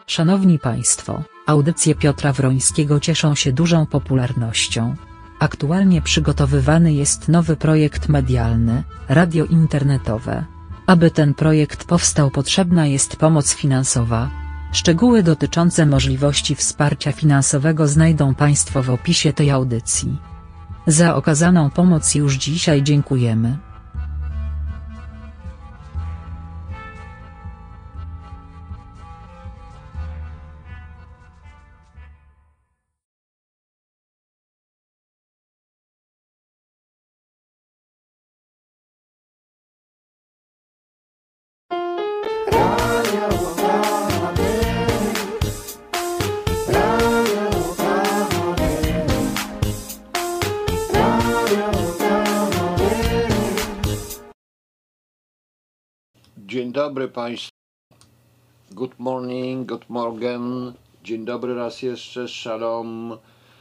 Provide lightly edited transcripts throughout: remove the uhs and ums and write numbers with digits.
Szanowni Państwo, audycje Piotra Wrońskiego cieszą się dużą popularnością. Aktualnie przygotowywany jest nowy projekt medialny, radio internetowe. Aby ten projekt powstał, potrzebna jest pomoc finansowa. Szczegóły dotyczące możliwości wsparcia finansowego znajdą Państwo w opisie tej audycji. Za okazaną pomoc już dzisiaj dziękujemy. Dzień dobry Państwu. Good morning, good morgen. Dzień dobry raz jeszcze, shalom.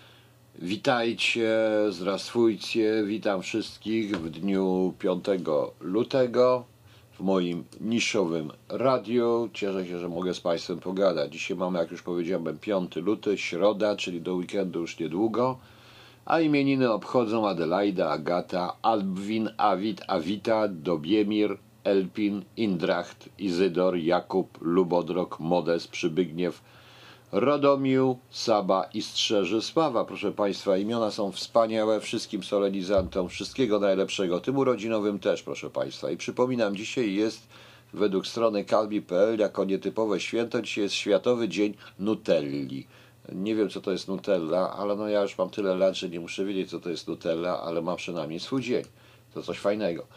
Witajcie, zdrastwujcie. Witam wszystkich w dniu 5 lutego w moim niszowym radiu. Cieszę się, że mogę z Państwem pogadać. Dzisiaj mamy, jak już powiedziałem, 5 luty, środa, czyli do weekendu już niedługo. A imieniny obchodzą Adelaida, Agata, Albwin, Awit, Awita, Dobiemir, Elpin, Indracht, Izydor, Jakub, Lubodrok, Modes, Przybygniew, Rodomiu, Saba i Strzeżysława. Proszę Państwa, imiona są wspaniałe, wszystkim solenizantom wszystkiego najlepszego, tym urodzinowym też, proszę Państwa. I przypominam, dzisiaj jest według strony kalbi.pl jako nietypowe święto, dzisiaj jest Światowy Dzień Nutelli. Nie wiem, co to jest Nutella, ale no ja już mam tyle lat, że nie muszę wiedzieć, co to jest Nutella, ale mam przynajmniej swój dzień. To coś fajnego.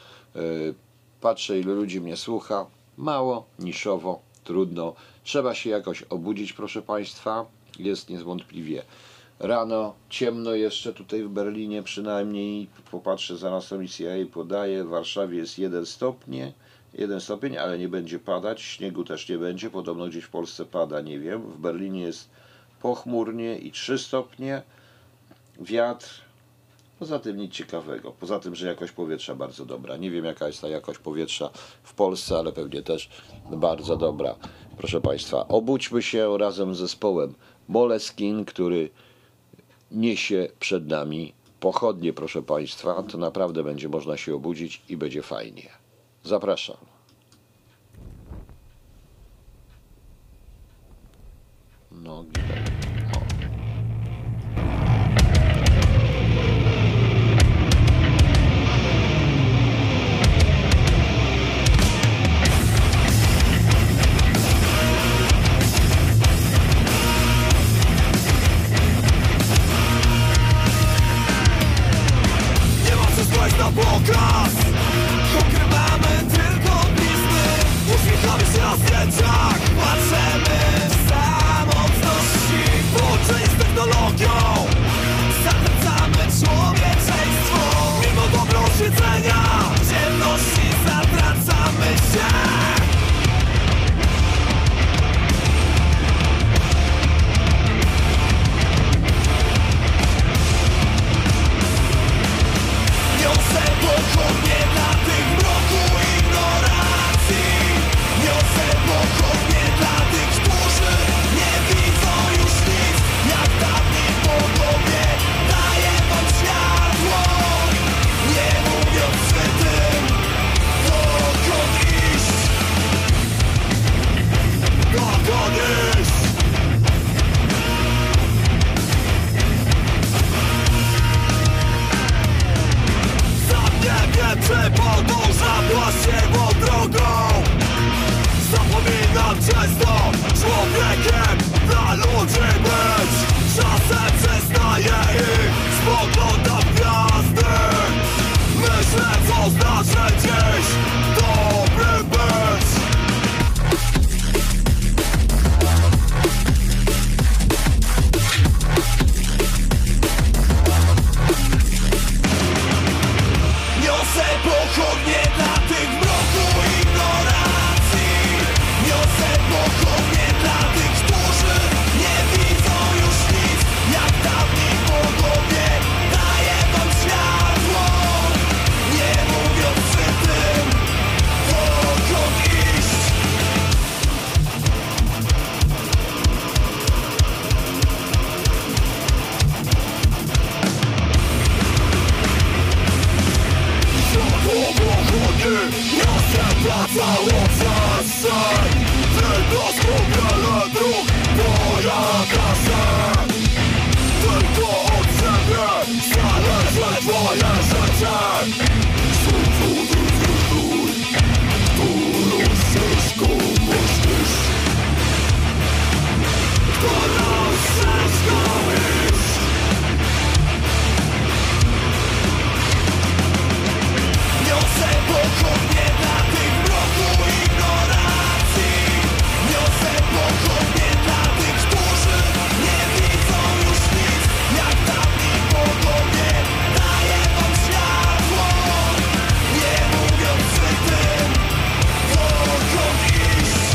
Patrzę, ile ludzi mnie słucha. Mało, niszowo, trudno. Trzeba się jakoś obudzić, proszę Państwa. Jest niewątpliwie rano. Ciemno jeszcze tutaj w Berlinie przynajmniej. Popatrzę, zaraz emisja podaje. W Warszawie jest 1 stopień, ale nie będzie padać. Śniegu też nie będzie. Podobno gdzieś w Polsce pada, nie wiem. W Berlinie jest pochmurnie i 3 stopnie. Wiatr. Poza tym nic ciekawego. Poza tym, że jakość powietrza bardzo dobra. Nie wiem, jaka jest ta jakość powietrza w Polsce, ale pewnie też bardzo dobra. Proszę Państwa, obudźmy się razem z zespołem Moleskine, który niesie przed nami pochodnie, proszę Państwa. To naprawdę będzie można się obudzić i będzie fajnie. Zapraszam. Nogi. Na pokaz ukrywamy tylko blizny, uśmiechamy się na zdjęciach, patrzymy w samotności. Wracało przestrzeń, tylko skupiony druh pojawia się. Tylko od siebie zależy twoje życie. Cudzy luj, którą ścieżką myślisz, którą ścieżką iść. Niosę pochodnie dla tych mroku ignorancji. Niosę pochodnie dla tych, którzy nie widzą już nic. Jak dawni bogowie daję wam światło, nie mówiąc przy tym, dokąd iść.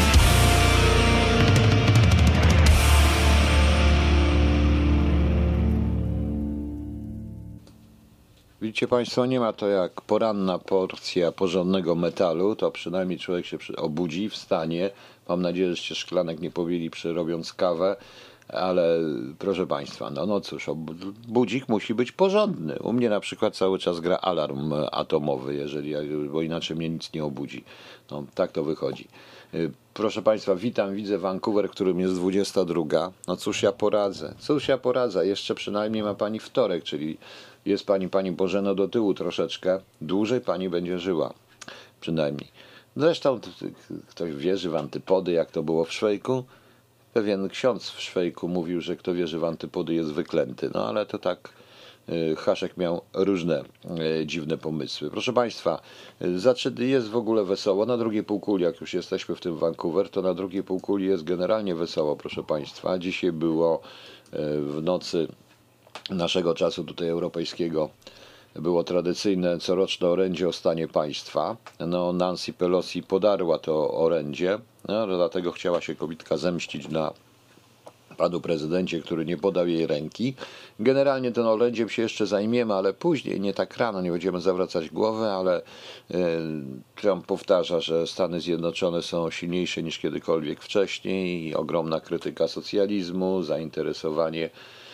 Widzicie Państwo, nie ma to jak poranna porcja porządnego metalu, to przynajmniej człowiek się obudzi, wstanie. Mam nadzieję, że się szklanek nie pobili robiąc kawę, ale proszę Państwa, no cóż, budzik musi być porządny. U mnie na przykład cały czas gra alarm atomowy, bo inaczej mnie nic nie obudzi. No, tak to wychodzi. Proszę Państwa, witam, widzę Vancouver, którym jest 22. No cóż ja poradzę, jeszcze przynajmniej ma Pani wtorek, czyli jest Pani Bożeno do tyłu troszeczkę, dłużej Pani będzie żyła, przynajmniej. Zresztą ktoś wierzy w antypody, jak to było w Szwejku. Pewien ksiądz w Szwejku mówił, że kto wierzy w antypody jest wyklęty, no ale to tak Haszek miał różne dziwne pomysły. Proszę Państwa, jest w ogóle wesoło. Na drugiej półkuli, jak już jesteśmy w tym Vancouver, to na drugiej półkuli jest generalnie wesoło, proszę Państwa. Dzisiaj było w nocy naszego czasu tutaj europejskiego, było tradycyjne coroczne orędzie o stanie państwa. No, Nancy Pelosi podarła to orędzie, no, dlatego chciała się kobitka zemścić na panu prezydencie, który nie podał jej ręki. Generalnie tym orędziem się jeszcze zajmiemy, ale później, nie tak rano, nie będziemy zawracać głowy, ale Trump powtarza, że Stany Zjednoczone są silniejsze niż kiedykolwiek wcześniej, ogromna krytyka socjalizmu, zainteresowanie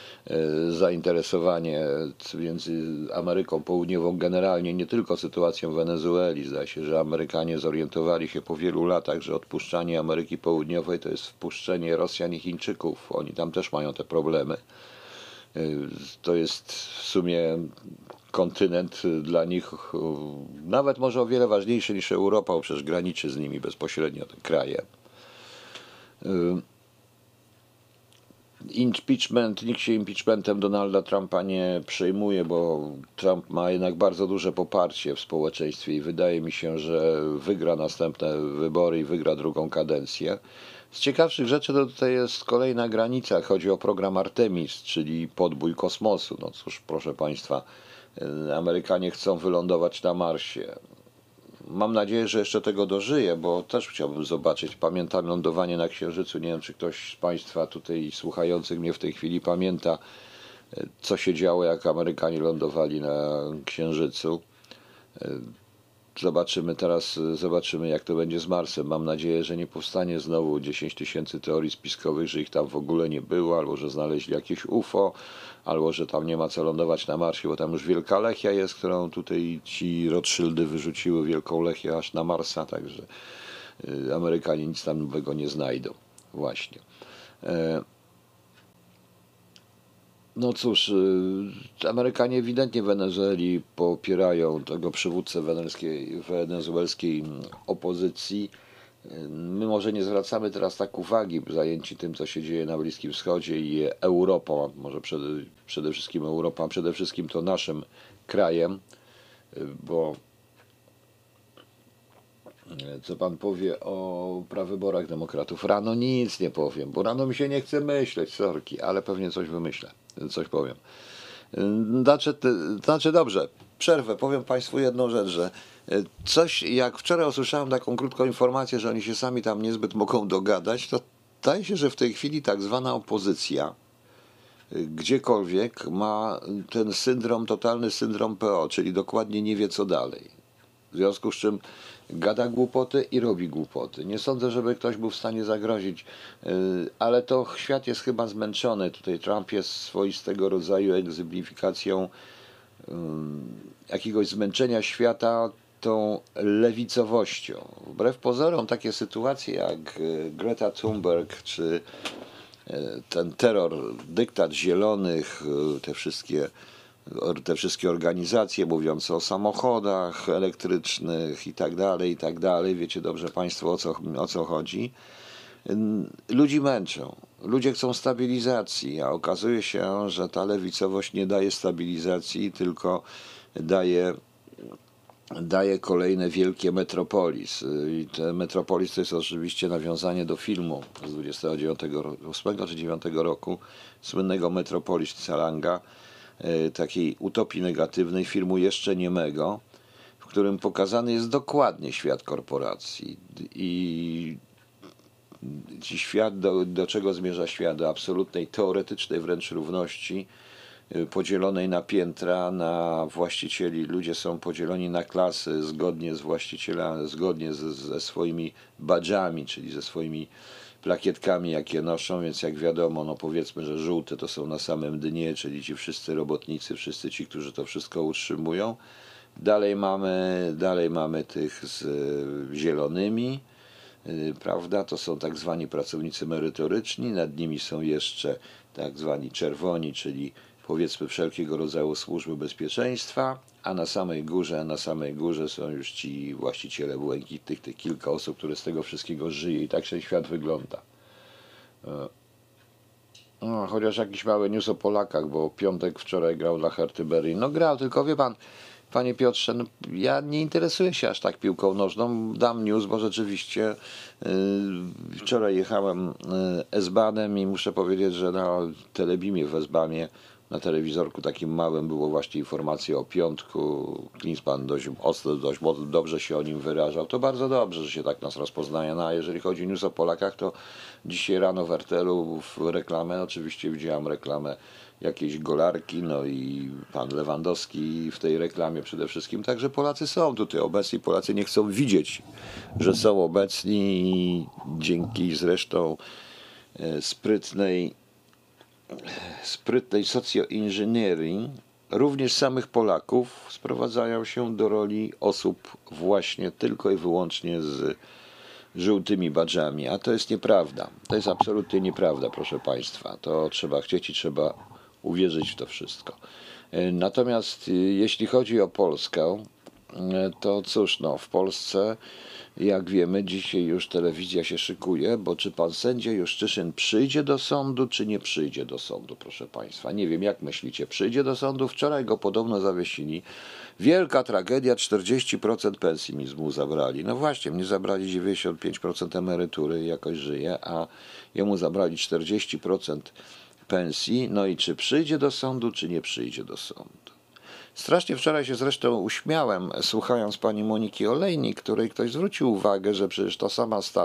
między Ameryką Południową generalnie, nie tylko sytuacją w Wenezueli. Zdaje się, że Amerykanie zorientowali się po wielu latach, że odpuszczanie Ameryki Południowej to jest wpuszczenie Rosjan i Chińczyków. Oni tam też mają te problemy. To jest w sumie kontynent dla nich nawet może o wiele ważniejszy niż Europa, bo przecież graniczy z nimi bezpośrednio te kraje. Impeachment, nikt się impeachmentem Donalda Trumpa nie przejmuje, bo Trump ma jednak bardzo duże poparcie w społeczeństwie i wydaje mi się, że wygra następne wybory i wygra drugą kadencję. Z ciekawszych rzeczy to tutaj jest kolejna granica, chodzi o program Artemis, czyli podbój kosmosu. No cóż, proszę Państwa, Amerykanie chcą wylądować na Marsie. Mam nadzieję, że jeszcze tego dożyję, bo też chciałbym zobaczyć. Pamiętam lądowanie na Księżycu. Nie wiem, czy ktoś z Państwa tutaj słuchających mnie w tej chwili pamięta, co się działo, jak Amerykanie lądowali na Księżycu. Zobaczymy, jak to będzie z Marsem. Mam nadzieję, że nie powstanie znowu 10 000 teorii spiskowych, że ich tam w ogóle nie było, albo że znaleźli jakieś UFO, albo że tam nie ma co lądować na Marsie, bo tam już Wielka Lechia jest, którą tutaj ci Rothschildy wyrzuciły, Wielką Lechię aż na Marsa, także Amerykanie nic tam nowego nie znajdą. Właśnie. No cóż, Amerykanie ewidentnie w Wenezueli popierają tego przywódcę wenezuelskiej opozycji. My może nie zwracamy teraz tak uwagi, zajęci tym, co się dzieje na Bliskim Wschodzie i Europą, może przede wszystkim Europą, a przede wszystkim to naszym krajem, bo co pan powie o prawyborach demokratów? Rano nic nie powiem, bo rano mi się nie chce myśleć, sorki, ale pewnie coś wymyślę, coś powiem. Znaczy dobrze, przerwę, powiem Państwu jedną rzecz, że coś, jak wczoraj usłyszałem taką krótką informację, że oni się sami tam niezbyt mogą dogadać, to zdaje się, że w tej chwili tak zwana opozycja gdziekolwiek ma ten totalny syndrom PO, czyli dokładnie nie wie co dalej. W związku z czym gada głupoty i robi głupoty. Nie sądzę, żeby ktoś był w stanie zagrozić, ale to świat jest chyba zmęczony. Tutaj Trump jest swoistego rodzaju egzemplifikacją jakiegoś zmęczenia świata tą lewicowością. Wbrew pozorom takie sytuacje jak Greta Thunberg czy ten terror, dyktat zielonych, te wszystkie organizacje mówiące o samochodach elektrycznych i tak dalej, wiecie dobrze Państwo o co chodzi. Ludzi męczą, ludzie chcą stabilizacji, a okazuje się, że ta lewicowość nie daje stabilizacji, tylko daje kolejne wielkie metropolis. I te metropolis to jest oczywiście nawiązanie do filmu z 28 czy 9 roku, słynnego Metropolis Calanga, takiej utopii negatywnej, filmu jeszcze niemego, w którym pokazany jest dokładnie świat korporacji i świat, do czego zmierza świat, do absolutnej, teoretycznej wręcz równości, podzielonej na piętra, na właścicieli. Ludzie są podzieloni na klasy zgodnie z właścicielami, zgodnie ze swoimi badżami, czyli ze swoimi plakietkami, jakie noszą, więc jak wiadomo, no powiedzmy, że żółte to są na samym dnie, czyli ci wszyscy robotnicy, wszyscy ci, którzy to wszystko utrzymują. Dalej mamy tych z zielonymi, prawda, to są tak zwani pracownicy merytoryczni, nad nimi są jeszcze tak zwani czerwoni, czyli powiedzmy wszelkiego rodzaju służby bezpieczeństwa, a na samej górze są już ci właściciele błękitnych, tych kilka osób, które z tego wszystkiego żyje i tak się świat wygląda. Chociaż jakiś mały news o Polakach, bo Piątek wczoraj grał dla Herty Berlin. No grał, tylko wie pan, panie Piotrze, no, ja nie interesuję się aż tak piłką nożną, dam news, bo rzeczywiście wczoraj jechałem S-Bahnem i muszę powiedzieć, że na Telebimie w S-Bahnie, na telewizorku takim małym było właśnie informacja o piątku. Klinsmann dość dobrze się o nim wyrażał. To bardzo dobrze, że się tak nas rozpoznaje. No a jeżeli chodzi o news o Polakach, to dzisiaj rano w RTL-u w reklamę, oczywiście widziałem reklamę jakiejś golarki, no i pan Lewandowski w tej reklamie przede wszystkim. Także Polacy są tutaj obecni. Polacy nie chcą widzieć, że są obecni i dzięki zresztą sprytnej socjoinżynierii również samych Polaków sprowadzają się do roli osób właśnie tylko i wyłącznie z żółtymi badżami, a to jest nieprawda. To jest absolutnie nieprawda, proszę Państwa. To trzeba chcieć i trzeba uwierzyć w to wszystko. Natomiast jeśli chodzi o Polskę, to cóż, no w Polsce, jak wiemy, dzisiaj już telewizja się szykuje, bo czy pan sędzia Juszczyszyn przyjdzie do sądu, czy nie przyjdzie do sądu, proszę Państwa. Nie wiem, jak myślicie, przyjdzie do sądu? Wczoraj go podobno zawiesili. Wielka tragedia, 40% pensji mu zabrali. No właśnie, mnie zabrali 95% emerytury, jakoś żyję, a jemu zabrali 40% pensji. No i czy przyjdzie do sądu, czy nie przyjdzie do sądu? Strasznie wczoraj się zresztą uśmiałem, słuchając pani Moniki Olejnik, której ktoś zwrócił uwagę, że przecież ta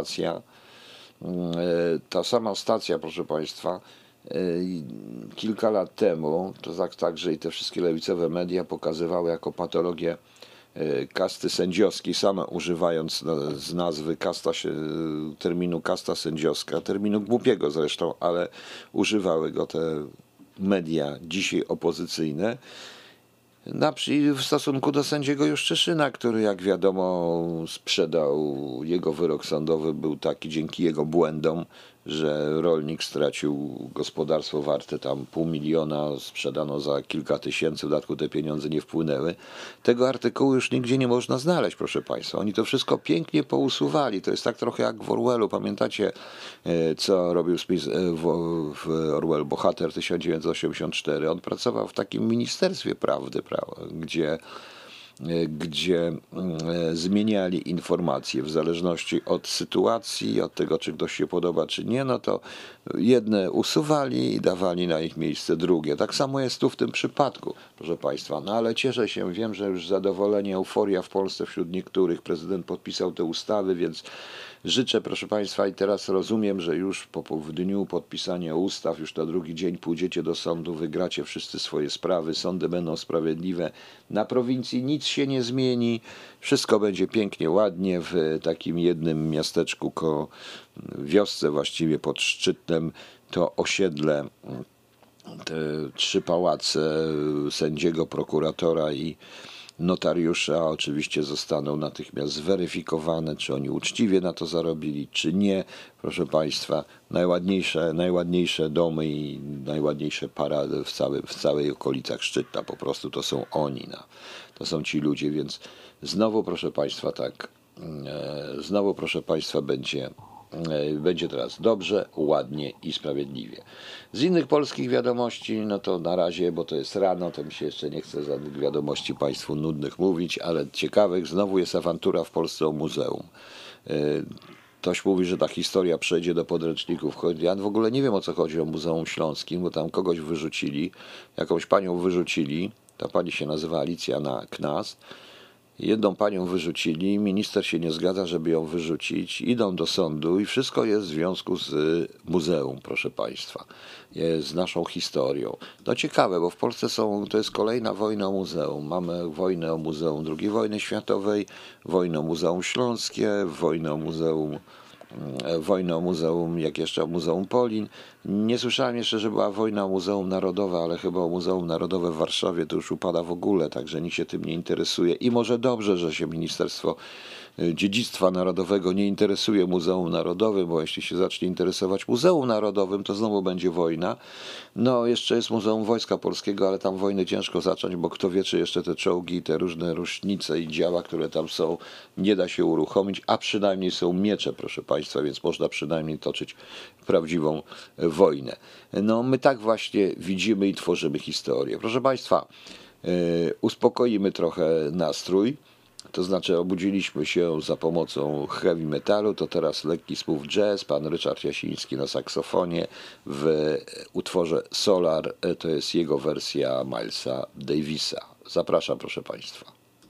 sama stacja, proszę Państwa, kilka lat temu, to także i te wszystkie lewicowe media pokazywały jako patologię kasty sędziowskiej, same używając z nazwy terminu kasta sędziowska, terminu głupiego zresztą, ale używały go te media dzisiaj opozycyjne, w stosunku do sędziego Juszczyszyna, który jak wiadomo sprzedał, jego wyrok sądowy był taki dzięki jego błędom, że rolnik stracił gospodarstwo warte tam 500 000, sprzedano za kilka tysięcy, w dodatku te pieniądze nie wpłynęły. Tego artykułu już nigdzie nie można znaleźć, proszę Państwa. Oni to wszystko pięknie pousuwali. To jest tak trochę jak w Orwellu. Pamiętacie, co robił Smith w Orwell, bohater 1984? On pracował w takim Ministerstwie Prawdy, gdzie zmieniali informacje w zależności od sytuacji, od tego, czy ktoś się podoba, czy nie, no to jedne usuwali i dawali na ich miejsce drugie. Tak samo jest tu w tym przypadku, proszę Państwa. No ale cieszę się, wiem, że już zadowolenie, euforia w Polsce wśród niektórych. Prezydent podpisał te ustawy, więc życzę, proszę Państwa, i teraz rozumiem, że już w dniu podpisania ustaw, już na drugi dzień pójdziecie do sądu, wygracie wszyscy swoje sprawy, sądy będą sprawiedliwe. Na prowincji nic się nie zmieni, wszystko będzie pięknie, ładnie w takim jednym miasteczku, wiosce właściwie pod Szczytnem, to osiedle, te 3 pałace sędziego, prokuratora i notariusza oczywiście zostaną natychmiast zweryfikowane, czy oni uczciwie na to zarobili, czy nie. Proszę Państwa, najładniejsze domy i najładniejsze parady w całej okolicach Szczytna, po prostu to są oni, to są ci ludzie, więc znowu proszę Państwa będzie teraz dobrze, ładnie i sprawiedliwie. Z innych polskich wiadomości, no to na razie, bo to jest rano, to mi się jeszcze nie chce żadnych wiadomości Państwu nudnych mówić, ale ciekawych, znowu jest awantura w Polsce o muzeum. Ktoś mówi, że ta historia przejdzie do podręczników. Ja w ogóle nie wiem, o co chodzi o Muzeum Śląskim, bo tam kogoś wyrzucili, jakąś panią wyrzucili, ta pani się nazywa Alicja Knast. Jedną panią wyrzucili, minister się nie zgadza, żeby ją wyrzucić, idą do sądu i wszystko jest w związku z muzeum, proszę Państwa, z naszą historią. No ciekawe, bo w Polsce to jest kolejna wojna o muzeum. Mamy wojnę o Muzeum II wojny światowej, wojnę o Muzeum Śląskie, wojnę o muzeum, jak jeszcze o Muzeum Polin. Nie słyszałem jeszcze, że była wojna o Muzeum Narodowe, ale chyba o Muzeum Narodowe w Warszawie to już upada w ogóle, także nikt się tym nie interesuje. I może dobrze, że się Ministerstwo Dziedzictwa Narodowego nie interesuje Muzeum Narodowym, bo jeśli się zacznie interesować Muzeum Narodowym, to znowu będzie wojna. No, jeszcze jest Muzeum Wojska Polskiego, ale tam wojny ciężko zacząć, bo kto wie, czy jeszcze te czołgi, te różne rusznice i działa, które tam są, nie da się uruchomić, a przynajmniej są miecze, proszę Państwa, więc można przynajmniej toczyć prawdziwą wojnę. No, my tak właśnie widzimy i tworzymy historię. Proszę Państwa, uspokoimy trochę nastrój. To znaczy obudziliśmy się za pomocą heavy metalu, to teraz lekki smooth jazz, pan Ryszard Jasiński na saksofonie w utworze Solar, to jest jego wersja Milesa Davisa. Zapraszam, proszę Państwa.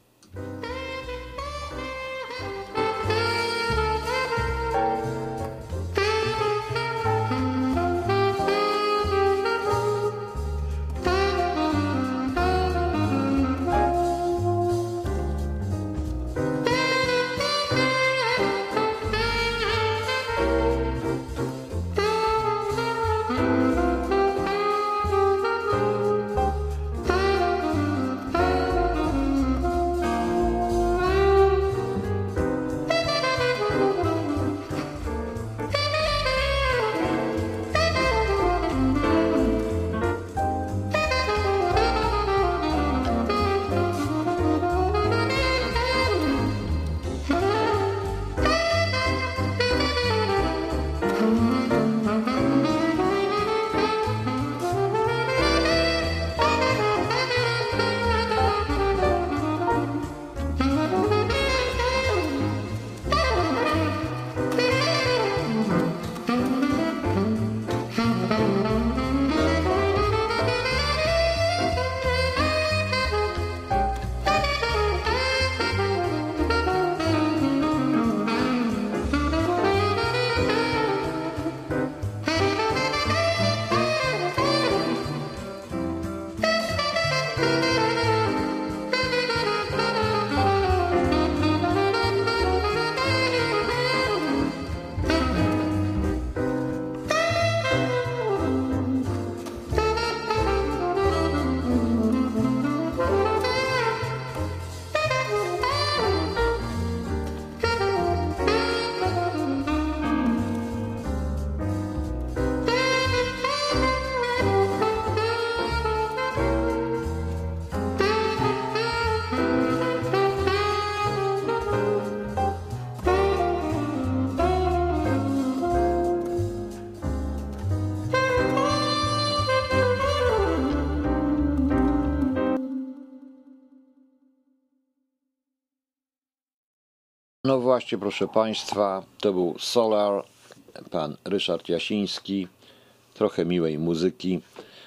No właśnie, proszę Państwa, to był Solar, pan Ryszard Jasiński, trochę miłej muzyki.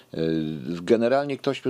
Generalnie ktoś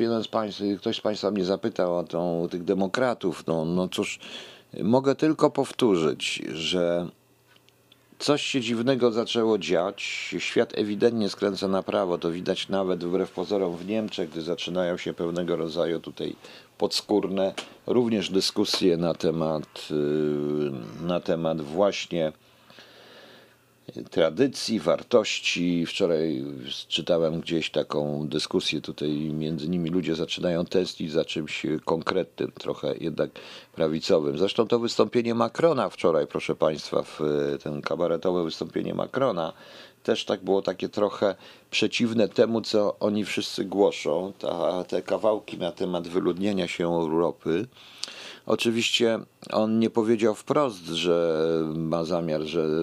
z Państwa mnie zapytał o tych demokratów. No cóż, mogę tylko powtórzyć, że coś się dziwnego zaczęło dziać. Świat ewidentnie skręca na prawo. To widać nawet wbrew pozorom w Niemczech, gdy zaczynają się pewnego rodzaju tutaj podskórne również dyskusje na temat właśnie tradycji, wartości. Wczoraj czytałem gdzieś taką dyskusję tutaj, między nimi ludzie zaczynają tęsknić za czymś konkretnym, trochę jednak prawicowym. Zresztą to wystąpienie Macrona wczoraj, proszę Państwa, ten kabaretowe wystąpienie Macrona, też tak było takie trochę przeciwne temu, co oni wszyscy głoszą. Te kawałki na temat wyludnienia się Europy. Oczywiście on nie powiedział wprost, że ma zamiar,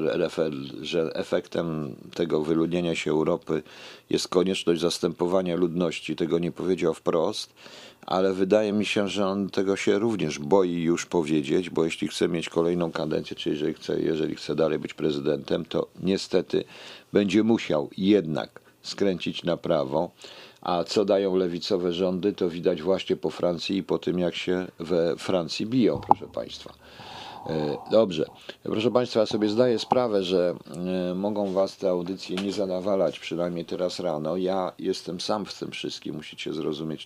że efektem tego wyludnienia się Europy jest konieczność zastępowania ludności. Tego nie powiedział wprost, ale wydaje mi się, że on tego się również boi już powiedzieć, bo jeśli chce mieć kolejną kadencję, czy jeżeli chce dalej być prezydentem, to niestety będzie musiał jednak skręcić na prawo. A co dają lewicowe rządy, to widać właśnie po Francji i po tym, jak się we Francji biją, proszę Państwa. Dobrze. Proszę Państwa, ja sobie zdaję sprawę, że mogą Was te audycje nie zadawalać, przynajmniej teraz rano. Ja jestem sam w tym wszystkim, musicie zrozumieć.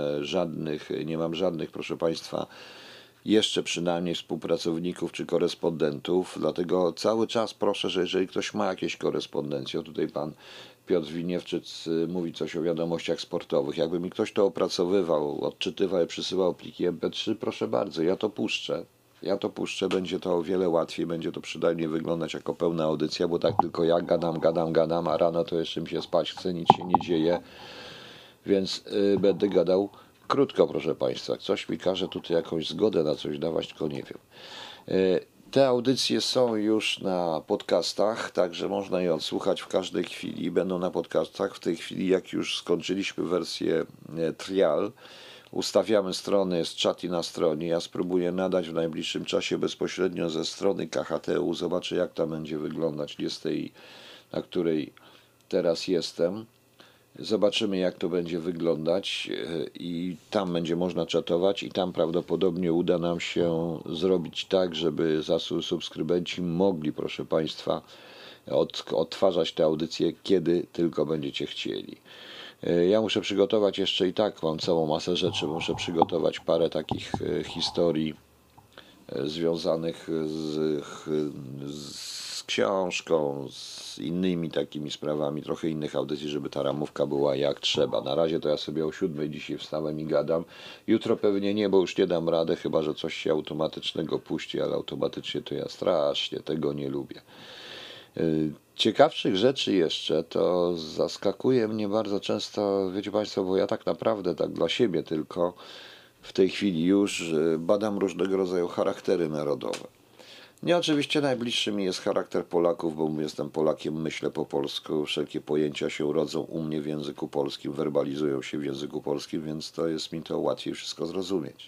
Nie mam żadnych, proszę Państwa, jeszcze przynajmniej współpracowników czy korespondentów, dlatego cały czas proszę, że jeżeli ktoś ma jakieś korespondencje, tutaj pan Piotr Winiewczyc mówi coś o wiadomościach sportowych, jakby mi ktoś to opracowywał, odczytywał i przysyłał pliki MP3, proszę bardzo, ja to puszczę, będzie to o wiele łatwiej, będzie to przynajmniej wyglądać jako pełna audycja, bo tak tylko ja gadam, a rano to jeszcze mi się spać chce, nic się nie dzieje, więc będę gadał krótko, proszę Państwa. Coś mi każe tutaj jakąś zgodę na coś dawać, tylko nie wiem. Te audycje są już na podcastach, także można je odsłuchać w każdej chwili. Będą na podcastach. W tej chwili, jak już skończyliśmy wersję trial, ustawiamy strony, jest czat i na stronie. Ja spróbuję nadać w najbliższym czasie bezpośrednio ze strony KHTU. Zobaczę, jak tam będzie wyglądać, nie z tej, na której teraz jestem. Zobaczymy, jak to będzie wyglądać i tam będzie można czatować i tam prawdopodobnie uda nam się zrobić tak, żeby subskrybenci mogli, proszę Państwa, odtwarzać te audycje, kiedy tylko będziecie chcieli. Ja muszę przygotować jeszcze i tak, mam całą masę rzeczy, muszę przygotować parę takich historii związanych z książką, z innymi takimi sprawami, trochę innych audycji, żeby ta ramówka była jak trzeba. Na razie to ja sobie o 7 dzisiaj wstałem i gadam. Jutro pewnie nie, bo już nie dam rady, chyba że coś się automatycznego puści, ale automatycznie to ja strasznie tego nie lubię. Ciekawszych rzeczy jeszcze, to zaskakuje mnie bardzo często, wiecie Państwo, bo ja tak naprawdę, tak dla siebie tylko, w tej chwili już badam różnego rodzaju charaktery narodowe. Nie, oczywiście najbliższy mi jest charakter Polaków, bo jestem Polakiem, myślę po polsku, wszelkie pojęcia się rodzą u mnie w języku polskim, werbalizują się w języku polskim, więc to jest mi to łatwiej wszystko zrozumieć.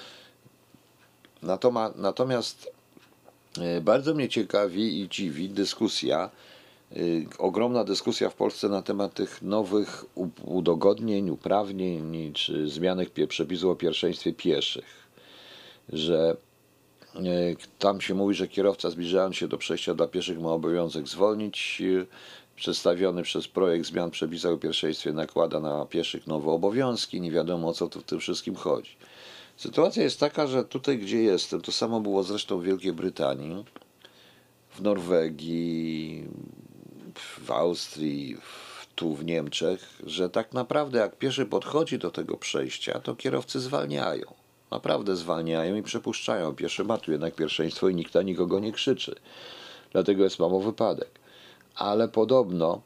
Natomiast bardzo mnie ciekawi i dziwi dyskusja, ogromna dyskusja w Polsce na temat tych nowych udogodnień, uprawnień czy zmian przepisów o pierwszeństwie pieszych, że tam się mówi, że kierowca zbliżając się do przejścia dla pieszych ma obowiązek zwolnić. Przedstawiony przez projekt zmian przepisów o pierwszeństwie nakłada na pieszych nowe obowiązki. Nie wiadomo, o co tu w tym wszystkim chodzi. Sytuacja jest taka, że tutaj, gdzie jestem, to samo było zresztą w Wielkiej Brytanii, w Norwegii, w Austrii, tu w Niemczech, że tak naprawdę jak pieszy podchodzi do tego przejścia, to kierowcy zwalniają. Naprawdę zwalniają i przepuszczają. Pieszy ma tu jednak pierwszeństwo i nikt na nikogo nie krzyczy. Dlatego jest mało wypadek. Ale podobno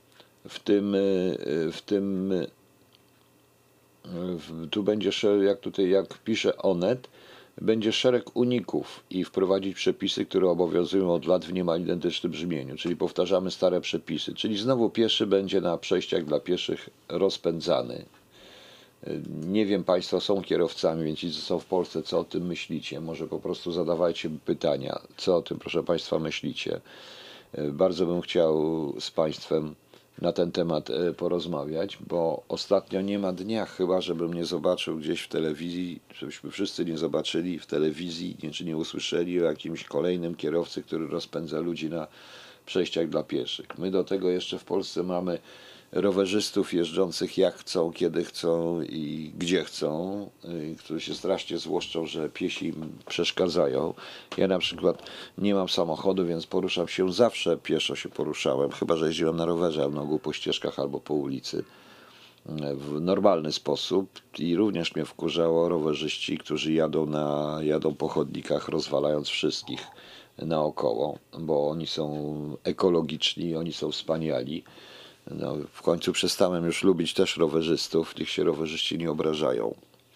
tu będzie, jak pisze Onet, będzie szereg uników i wprowadzić przepisy, które obowiązują od lat w niemal identycznym brzmieniu, czyli powtarzamy stare przepisy. Czyli znowu pieszy będzie na przejściach dla pieszych rozpędzany. Nie wiem, Państwo są kierowcami, więc ci, co są w Polsce, co o tym myślicie? Może po prostu zadawajcie pytania, co o tym, proszę Państwa, myślicie. Bardzo bym chciał z Państwem na ten temat porozmawiać, bo ostatnio nie ma dnia, chyba żebym nie zobaczył gdzieś w telewizji, żebyśmy wszyscy nie zobaczyli w telewizji, czy nie usłyszeli o jakimś kolejnym kierowcy, który rozpędza ludzi na przejściach dla pieszych. My do tego jeszcze w Polsce mamy rowerzystów jeżdżących jak chcą, kiedy chcą i gdzie chcą, którzy się strasznie złoszczą, że piesi im przeszkadzają. Ja na przykład nie mam samochodu, więc poruszam się zawsze, pieszo się poruszałem, chyba że jeździłem na rowerze, na ogół po ścieżkach albo po ulicy w normalny sposób i również mnie wkurzało rowerzyści, którzy jadą po chodnikach, rozwalając wszystkich naokoło, bo oni są ekologiczni, oni są wspaniali. No, w końcu przestałem już lubić też rowerzystów, niech się rowerzyści nie obrażają.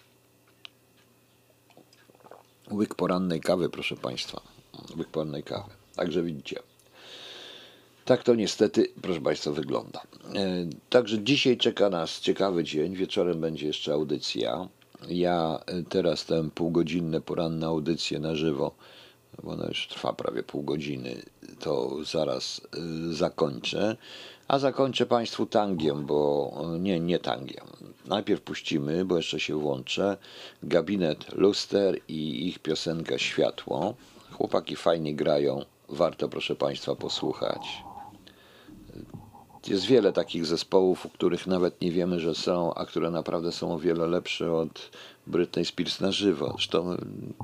Łyk porannej kawy, proszę Państwa. Łyk porannej kawy. Także widzicie. Tak to niestety, proszę Państwa, wygląda. Także dzisiaj czeka nas ciekawy dzień. Wieczorem będzie jeszcze audycja. Ja teraz tę półgodzinne poranne audycję na żywo, bo ona już trwa prawie pół godziny, to zaraz zakończę. A zakończę Państwu tangiem, bo nie tangiem. Najpierw puścimy, bo jeszcze się włączę, Gabinet Luster i ich piosenka Światło. Chłopaki fajnie grają, warto proszę Państwa posłuchać. Jest wiele takich zespołów, u których nawet nie wiemy, że są, a które naprawdę są o wiele lepsze od Britney Spears na żywo. Zresztą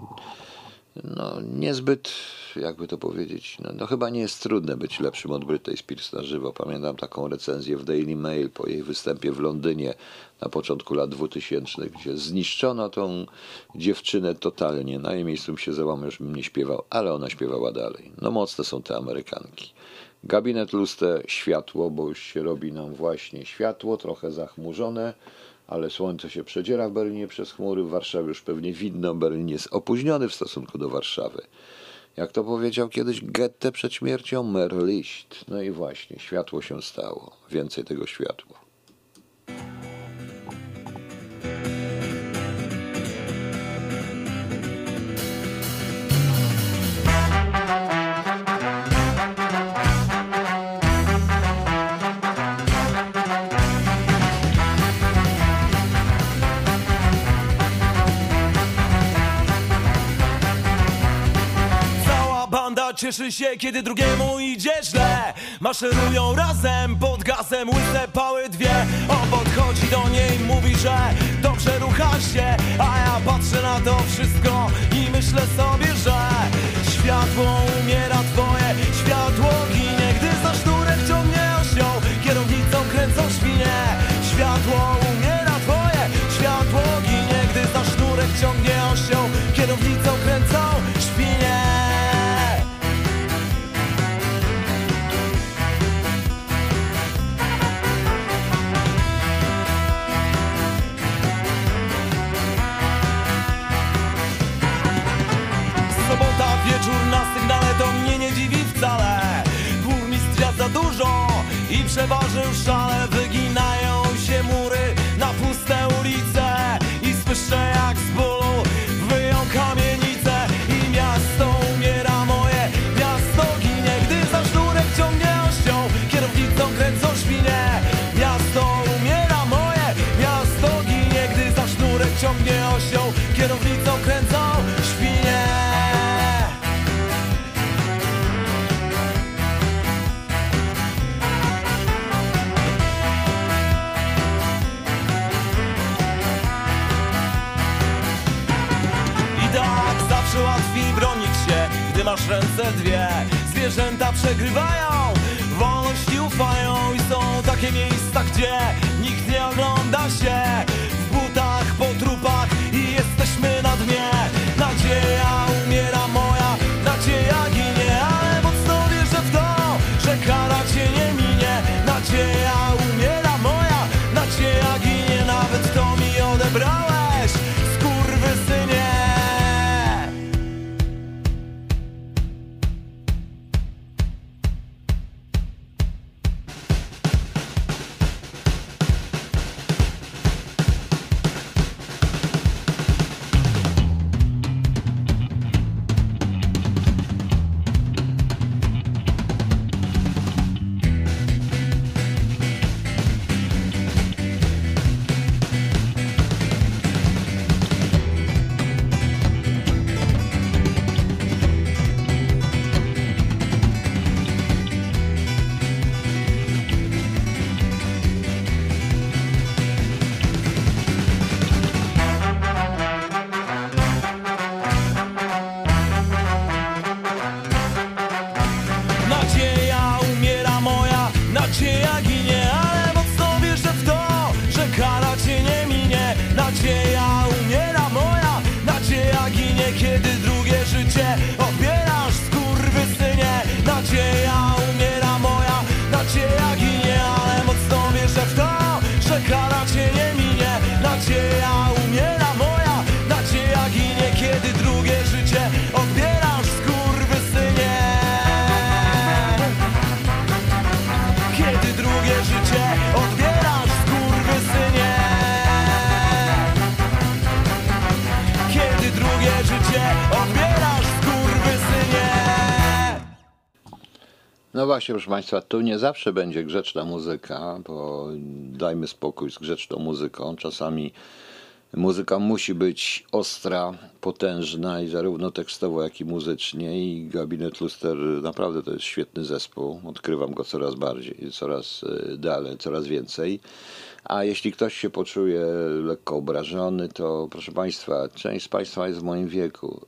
niezbyt, jakby to powiedzieć, no chyba nie jest trudne być lepszym od Britney Spears na żywo. Pamiętam taką recenzję w Daily Mail po jej występie w Londynie na początku lat 2000, gdzie zniszczono tą dziewczynę totalnie. Na jej miejscu bym się załamał, żebym nie śpiewał, ale ona śpiewała dalej. No mocne są te Amerykanki. Gabinet Luster, Światło, bo już się robi nam właśnie światło, trochę zachmurzone, ale słońce się przedziera w Berlinie przez chmury, w Warszawie już pewnie widno, Berlin jest opóźniony w stosunku do Warszawy. Jak to powiedział kiedyś Goethe przed śmiercią, mehr Licht. No i właśnie, światło się stało, więcej tego światła. Cieszy się, kiedy drugiemu idzie źle. Maszerują razem pod gazem, łyse pały dwie. On podchodzi do niej, mówi, że dobrze rucha się. A ja patrzę na to wszystko i myślę sobie, że światło umiera twoje, światło ginie, gdy za sznurek ciągnie osioł, kierownicą kręcą świnie. Światło umiera twoje, światło ginie, gdy za sznurek ciągnie osioł, kierownicą kręcą świnie. Wieczór na sygnale to mnie nie dziwi wcale. Burmistrz za dużo i przeważył szale. Wyginają się mury na puste ulice i słyszę jak z bólu wyją kamienice. I miasto umiera moje, miasto ginie, gdy za sznurek ciągnie osioł, kierownicą kręcą świnie. Miasto umiera moje, miasto ginie, gdy za sznurek ciągnie osioł, kierownicą kręcą świnie. Łatwiej bronić się, gdy masz ręce dwie. Zwierzęta przegrywają, wolności ufają i są takie miejsca, gdzie nikt nie ogląda się. W butach po trupach i jesteśmy na dnie. Nadzieja umiera moja, nadzieja ginie, ale mocno wierzę w to, że kara cię nie minie. Nadzieja umiera moja, nadzieja ginie, nawet to mi odebrałeś, skurwysynie. No właśnie, proszę Państwa, tu nie zawsze będzie grzeczna muzyka, bo dajmy spokój z grzeczną muzyką. Czasami muzyka musi być ostra, potężna i zarówno tekstowo, jak i muzycznie. I Gabinet Luster naprawdę to jest świetny zespół. Odkrywam go coraz bardziej, coraz dalej, coraz więcej. A jeśli ktoś się poczuje lekko obrażony, to proszę Państwa, część z Państwa jest w moim wieku.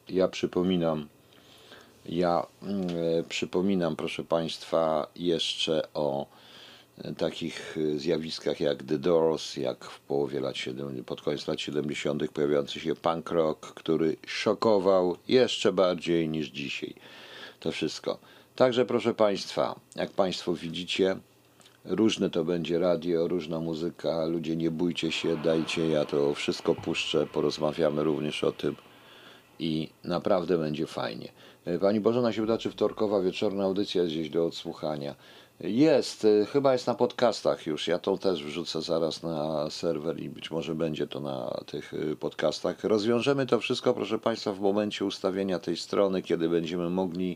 Ja przypominam, proszę Państwa, jeszcze o takich zjawiskach jak The Doors, jak w połowie pod koniec lat 70. pojawiający się punk rock, który szokował jeszcze bardziej niż dzisiaj. To wszystko. Także proszę Państwa, jak Państwo widzicie, różne to będzie radio, różna muzyka. Ludzie, nie bójcie się, dajcie, ja to wszystko puszczę, porozmawiamy również o tym i naprawdę będzie fajnie. Pani Bożena się pyta, czy wtorkowa wieczorna audycja jest gdzieś do odsłuchania. Jest, chyba jest na podcastach już. Ja to też wrzucę zaraz na serwer i być może będzie to na tych podcastach. Rozwiążemy to wszystko, proszę Państwa, w momencie ustawienia tej strony, kiedy będziemy mogli,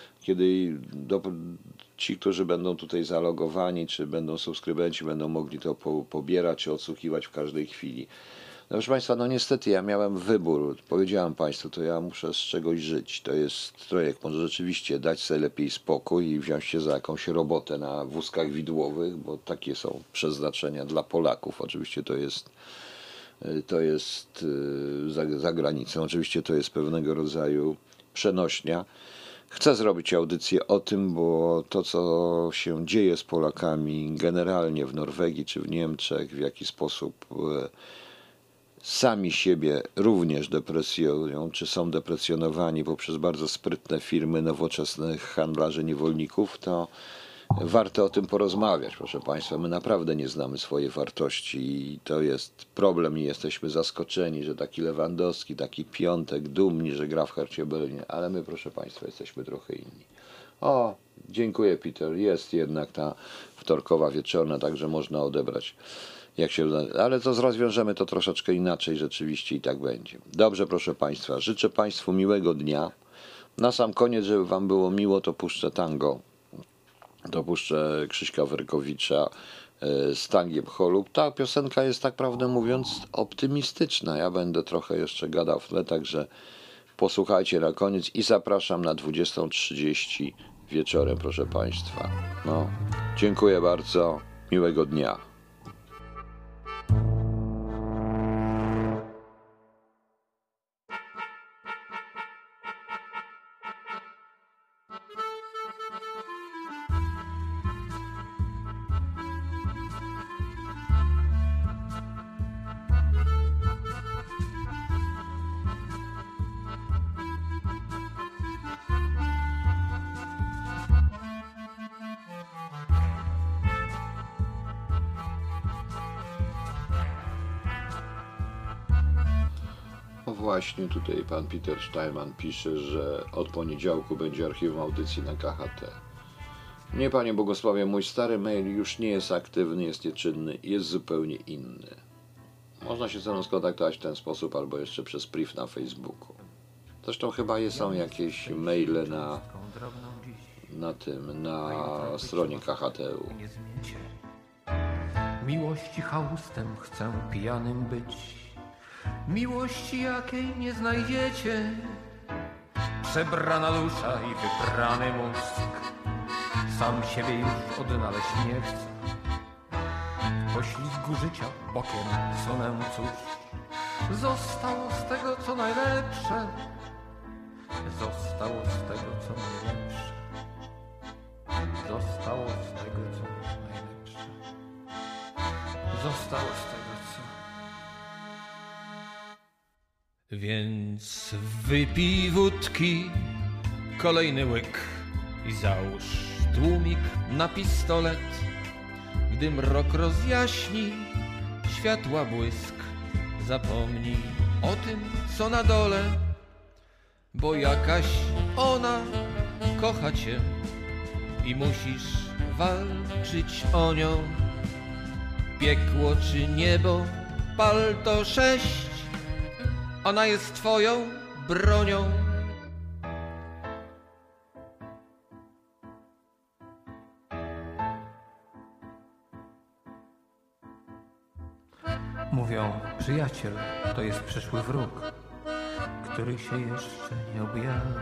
ci, którzy będą tutaj zalogowani, czy będą subskrybenci, będą mogli to pobierać, czy odsłuchiwać w każdej chwili. No proszę Państwa, no niestety ja miałem wybór, powiedziałem Państwu, to ja muszę z czegoś żyć. To jest projekt, może rzeczywiście dać sobie lepiej spokój i wziąć się za jakąś robotę na wózkach widłowych, bo takie są przeznaczenia dla Polaków. Oczywiście to jest za granicą, oczywiście to jest pewnego rodzaju przenośnia. Chcę zrobić audycję o tym, bo to, co się dzieje z Polakami generalnie w Norwegii czy w Niemczech, w jaki sposób sami siebie również depresjonują, czy są deprecjonowani poprzez bardzo sprytne firmy nowoczesnych handlarzy niewolników, to warto o tym porozmawiać, proszę Państwa. My naprawdę nie znamy swojej wartości i to jest problem i jesteśmy zaskoczeni, że taki Lewandowski, taki Piątek, dumni, że gra w Hercie Berlinie, ale my, proszę Państwa, jesteśmy trochę inni. O, dziękuję Peter, jest jednak ta wtorkowa wieczorna, także można odebrać. Ale to rozwiążemy to troszeczkę inaczej rzeczywiście i tak będzie. Dobrze, proszę Państwa, życzę Państwu miłego dnia. Na sam koniec, żeby Wam było miło, to puszczę tango. To puszczę Krzyśka Werkowicza z tangiem Holub. Ta piosenka jest, tak prawdę mówiąc, optymistyczna. Ja będę trochę jeszcze gadał w tle, także posłuchajcie na koniec i zapraszam na 20:30 wieczorem, proszę Państwa. No, dziękuję bardzo, miłego dnia. Właśnie tutaj pan Peter Steinman pisze, że od poniedziałku będzie archiwum audycji na KHT. Nie, panie Bogusławie, mój stary mail już nie jest aktywny, jest nieczynny, jest zupełnie inny. Można się ze mną skontaktować w ten sposób albo jeszcze przez priv na Facebooku. Zresztą chyba są jakieś maile na stronie KHT-u. Miłości chałustem chcę pijanym być, miłości jakiej nie znajdziecie. Przebrana dusza i wyprany mózg, sam siebie już odnaleźć nie chcę. W poślizgu życia bokiem sunę, cóż zostało z tego co najlepsze, zostało z tego co najlepsze, zostało z tego co najlepsze, zostało z tego co... Więc wypij wódki, kolejny łyk i załóż tłumik na pistolet. Gdy mrok rozjaśni światła błysk, zapomnij o tym, co na dole, bo jakaś ona kocha cię i musisz walczyć o nią. Piekło czy niebo, pal to 6, ona jest twoją bronią. Mówią, przyjaciel to jest przyszły wróg, który się jeszcze nie objawił.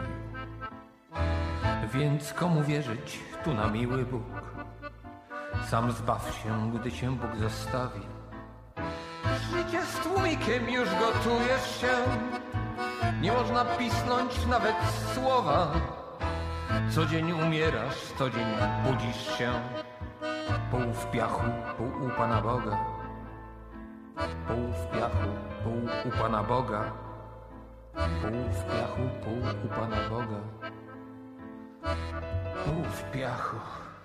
Więc komu wierzyć tu na miły Bóg? Sam zbaw się, gdy cię Bóg zostawi. Życie z tłumikiem już gotujesz się. Nie można pisnąć nawet słowa. Co dzień umierasz, co dzień budzisz się. Pół w piachu, pół u Pana Boga. Pół w piachu, pół u Pana Boga. Pół w piachu, pół u Pana Boga. Pół w piachu.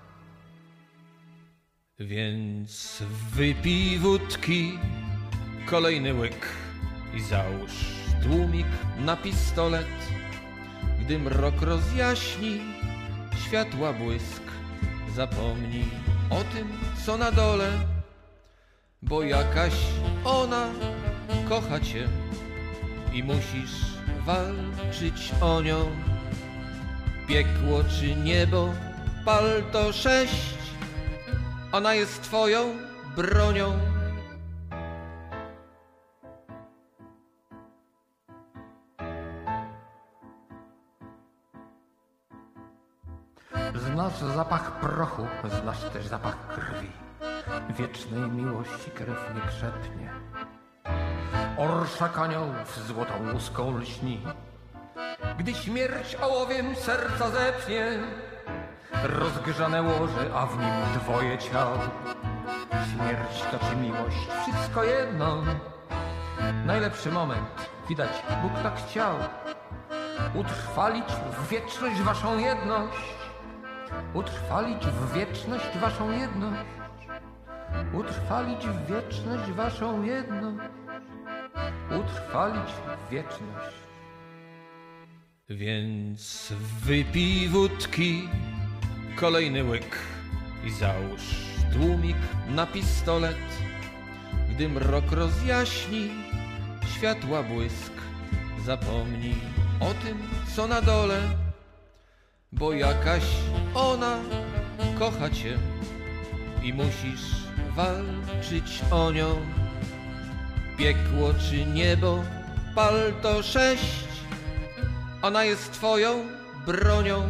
Więc wypij wódki, kolejny łyk i załóż tłumik na pistolet. Gdy mrok rozjaśni, światła błysk, zapomnij o tym, co na dole, bo jakaś ona kocha cię i musisz walczyć o nią. Piekło czy niebo, pal to 6, ona jest twoją bronią. Znasz zapach prochu, znasz też zapach krwi. Wiecznej miłości krew nie krzepnie. Orszak aniołów złotą łuską lśni. Gdy śmierć ołowiem serca zepnie, rozgrzane łoże, a w nim dwoje ciał. Śmierć to czy miłość, wszystko jedno. Najlepszy moment, widać, Bóg tak chciał. Utrwalić w wieczność waszą jedność. Utrwalić w wieczność waszą jedność. Utrwalić w wieczność waszą jedność. Utrwalić w wieczność. Więc wypij wódki, kolejny łyk i załóż tłumik na pistolet. Gdy mrok rozjaśni, światła błysk, zapomnij o tym, co na dole, bo jakaś ona kocha cię i musisz walczyć o nią. Piekło czy niebo, pal to 6, ona jest twoją bronią.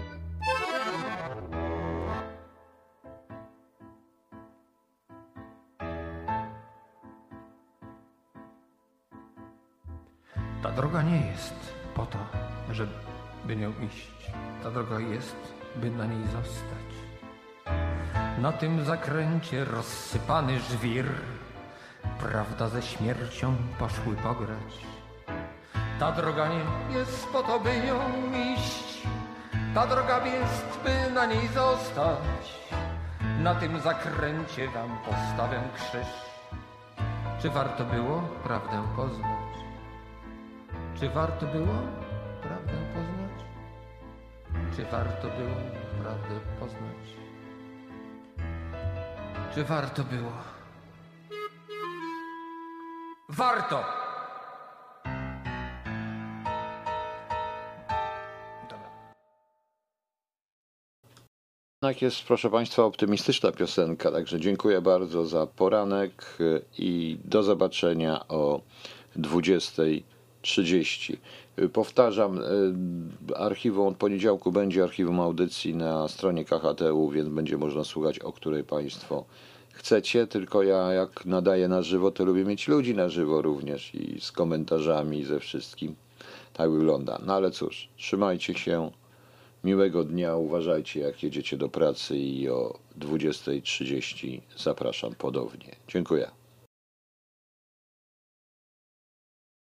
Ta droga nie jest po to, żeby nią iść. Ta droga jest, by na niej zostać. Na tym zakręcie rozsypany żwir, prawda ze śmiercią poszły pograć. Ta droga nie jest po to, by nią iść. Ta droga jest, by na niej zostać. Na tym zakręcie wam postawię krzyż. Czy warto było prawdę poznać? Czy warto było prawdę poznać? Czy warto było prawdę poznać? Czy warto było? Warto! Jednak jest, proszę Państwa, optymistyczna piosenka, także dziękuję bardzo za poranek i do zobaczenia o 20:30. Powtarzam, archiwum od poniedziałku będzie archiwum audycji na stronie KHTU, więc będzie można słuchać, o której Państwo chcecie, tylko ja jak nadaję na żywo, to lubię mieć ludzi na żywo również i z komentarzami, ze wszystkim. Tak wygląda. No ale cóż, trzymajcie się, miłego dnia, uważajcie jak jedziecie do pracy i o 20:30 zapraszam ponownie. Dziękuję.